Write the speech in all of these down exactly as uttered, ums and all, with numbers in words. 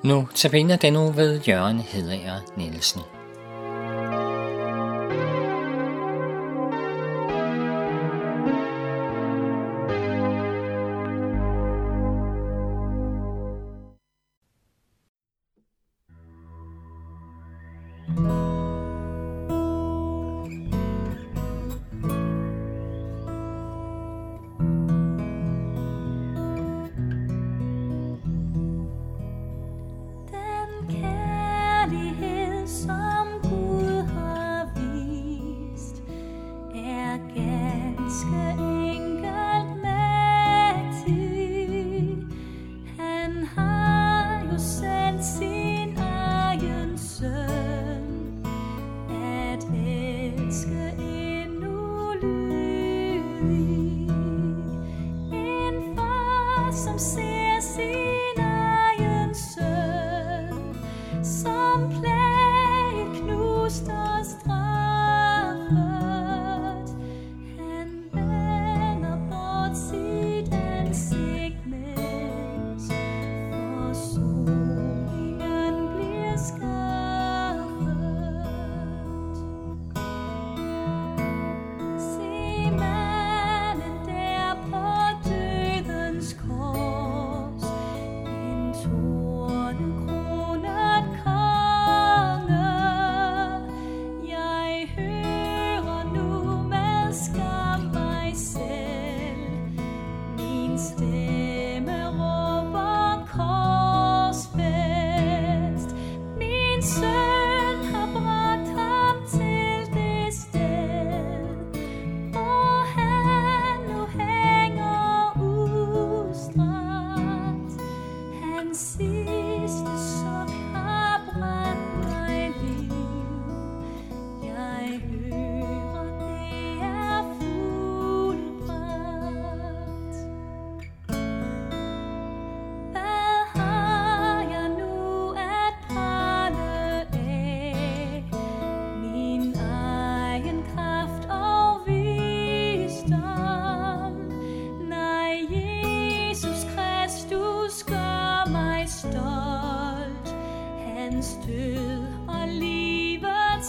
Nu tabiner den uge ved Jørgen Hedager Nielsen. Som ser sin egen søn, som plaget, knust og straffet. Han vender bort sit ansigt, mens forsoningen bliver skaffet. Se manden der på dødens kors, en tornekronet konge. Jeg hører nu med skam mig selv, min stemme råber korsfæst. Min søn har bragt ham til det sted, hvor han nu hænger udstrakt. Hans sidste suk har bragt mig liv. Jeg hører, det er fuldbragt. Hvad har jeg nu at prale af? Min egen kraft og visdom. Nej, Jesus Kristus gør mig stolt. Hans død og livets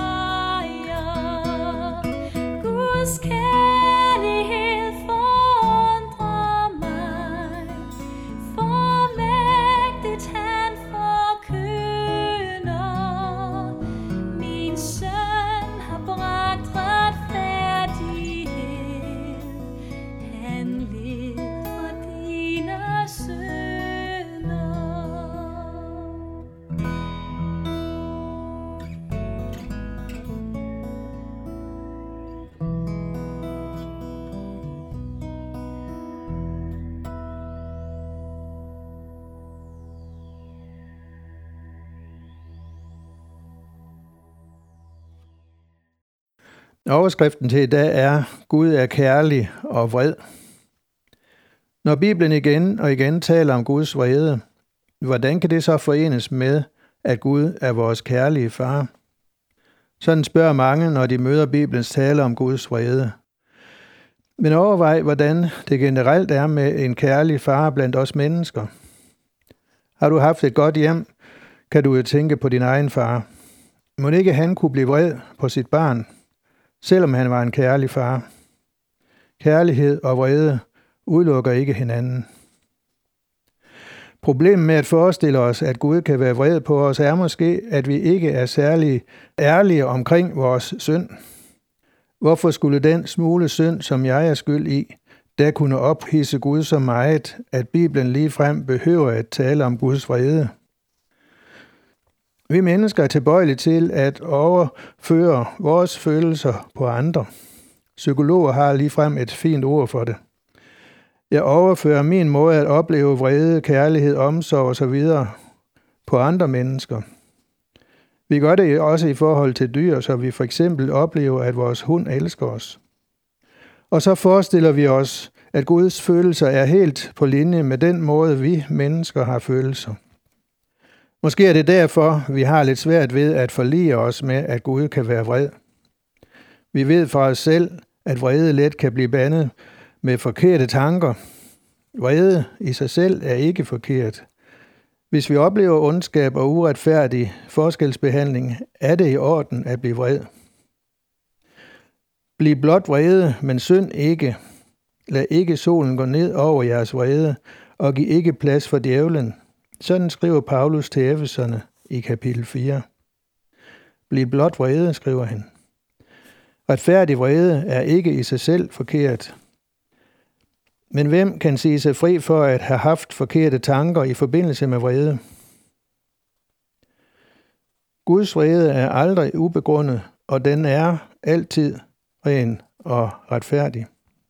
sejr. Guds kærlighed forundrer mig. For mægtigt han forkynder. Min søn har bragt retfærdighed. Han led for dine synder. Overskriften til i dag er, Gud er kærlig og vred. Når Bibelen igen og igen taler om Guds vrede, hvordan kan det så forenes med, at Gud er vores kærlige far? Sådan spørger mange, når de møder Bibelens tale om Guds vrede. Men overvej, hvordan det generelt er med en kærlig far blandt os mennesker. Har du haft et godt hjem, kan du jo tænke på din egen far. Må ikke han kunne blive vred på sit barn, selvom han var en kærlig far? Kærlighed og vrede udelukker ikke hinanden. Problemet med at forestille os, at Gud kan være vred på os, er måske, at vi ikke er særlig ærlige omkring vores synd. Hvorfor skulle den smule synd, som jeg er skyld i, da kunne ophidse Gud så meget, at Bibelen ligefrem behøver at tale om Guds vrede? Vi mennesker er tilbøjelige til at overføre vores følelser på andre. Psykologer har ligefrem et fint ord for det. Jeg overfører min måde at opleve vrede, kærlighed, omsorg osv. på andre mennesker. Vi gør det også i forhold til dyr, så vi for eksempel oplever, at vores hund elsker os. Og så forestiller vi os, at Guds følelser er helt på linje med den måde, vi mennesker har følelser. Måske er det derfor, vi har lidt svært ved at forlige os med, at Gud kan være vred. Vi ved fra os selv, at vrede let kan blive bandet med forkerte tanker. Vrede i sig selv er ikke forkert. Hvis vi oplever ondskab og uretfærdig forskelsbehandling, er det i orden at blive vred. Bliv blot vrede, men synd ikke. Lad ikke solen gå ned over jeres vrede, og giv ikke plads for djævlen. Sådan skriver Paulus til Efeserne i kapitel fire. Bliv blot vrede, skriver han. Retfærdig vrede er ikke i sig selv forkert. Men hvem kan sige sig fri for at have haft forkerte tanker i forbindelse med vrede? Guds vrede er aldrig ubegrundet, og den er altid ren og retfærdig.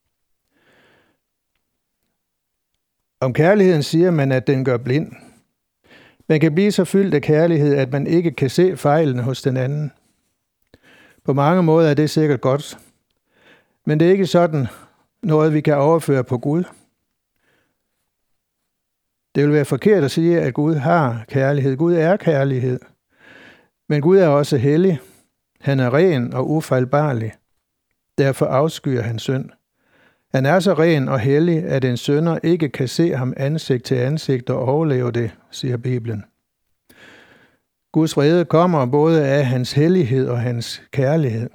Om kærligheden siger man, at den gør blind. Man kan blive så fyldt af kærlighed, at man ikke kan se fejlene hos den anden. På mange måder er det sikkert godt. Men det er ikke sådan noget, vi kan overføre på Gud. Det vil være forkert at sige, at Gud har kærlighed. Gud er kærlighed. Men Gud er også hellig. Han er ren og ufejlbarlig. Derfor afskyer han synd. Han er så ren og hellig, at en synder ikke kan se ham ansigt til ansigt og overleve det, siger Bibelen. Guds vrede kommer både af hans hellighed og hans kærlighed.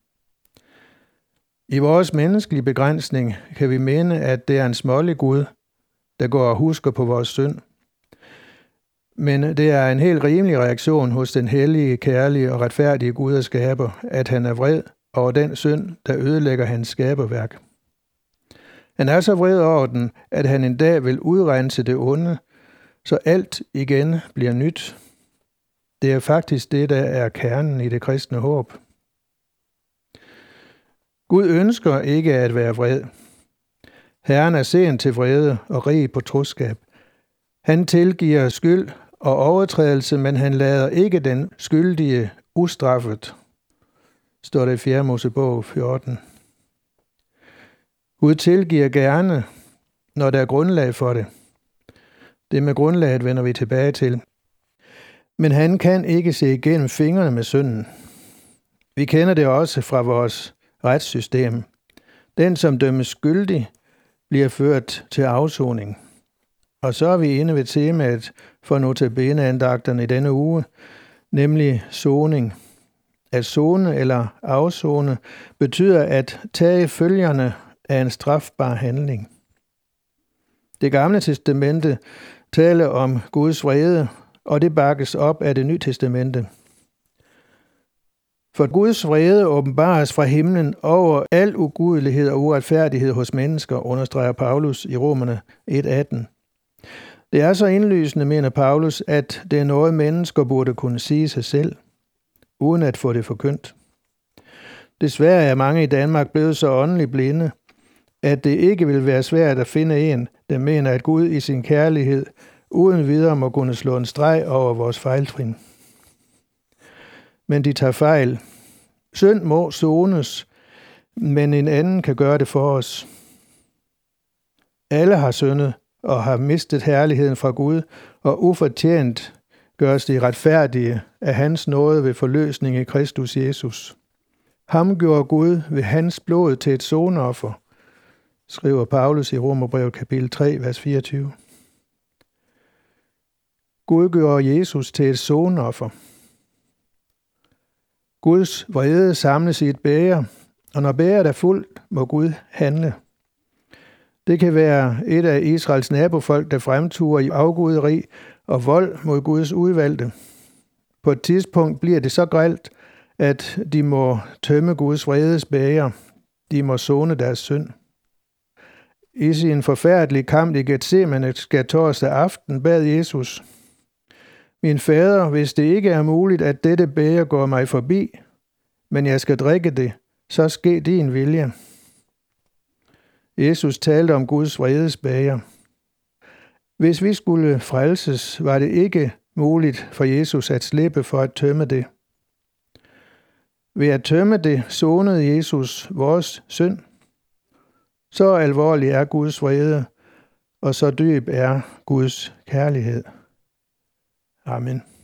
I vores menneskelige begrænsning kan vi mene, at det er en smålig Gud, der går og husker på vores synd. Men det er en helt rimelig reaktion hos den hellige, kærlige og retfærdige Gud og skaber, at han er vred over den synd, der ødelægger hans skaberværk. Han er så vred over den, at han en dag vil udrense det onde, så alt igen bliver nyt. Det er faktisk det, der er kernen i det kristne håb. Gud ønsker ikke at være vred. Herren er sen til vrede og rig på troskab. Han tilgiver skyld og overtrædelse, men han lader ikke den skyldige ustraffet, står der i fjerde Mosebog fjorten. Gud tilgiver gerne, når der er grundlag for det. Det med grundlaget vender vi tilbage til. Men han kan ikke se igennem fingrene med synden. Vi kender det også fra vores retssystem. Den, som dømmes skyldig, bliver ført til afsoning. Og så er vi inde ved temaet for notabeneandagterne i denne uge, nemlig soning. At sone eller afsone betyder at tage følgerne af en strafbar handling. Det gamle testamente taler om Guds vrede, og det bakkes op af det nye testamente. For Guds vrede åbenbares fra himlen over al ugudelighed og uretfærdighed hos mennesker, understreger Paulus i Romerne et atten. Det er så indlysende, mener Paulus, at det er noget, mennesker burde kunne sige sig selv, uden at få det forkyndt. Desværre er mange i Danmark blevet så åndeligt blinde, at det ikke vil være svært at finde en, der mener, at Gud i sin kærlighed uden videre må kunne slå en streg over vores fejltrin. Men de tager fejl. Synd må sones, men en anden kan gøre det for os. Alle har syndet og har mistet herligheden fra Gud, og ufortjent gøres de retfærdige af hans nåde ved forløsning i Kristus Jesus. Ham gjorde Gud ved hans blod til et soneoffer, skriver Paulus i Romerbrevet kapitel tre, vers fireogtyve. Gud gjorde Jesus til et soneoffer. Guds vrede samles i et bæger, og når bægeret er fuldt, må Gud handle. Det kan være et af Israels nabofolk, der fremturer i afguderi og vold mod Guds udvalgte. På et tidspunkt bliver det så grelt, at de må tømme Guds vredes bæger. De må sone deres synd. I sin forfærdelige kamp i Getsemane skærtorsdag aften bad Jesus: Min fader, hvis det ikke er muligt, at dette bæger går mig forbi, men jeg skal drikke det, så ske din vilje. Jesus talte om Guds vredes bæger. Hvis vi skulle frelses, var det ikke muligt for Jesus at slippe for at tømme det. Ved at tømme det, sonede Jesus vores synd. Så alvorlig er Guds vrede, og så dyb er Guds kærlighed. Amen.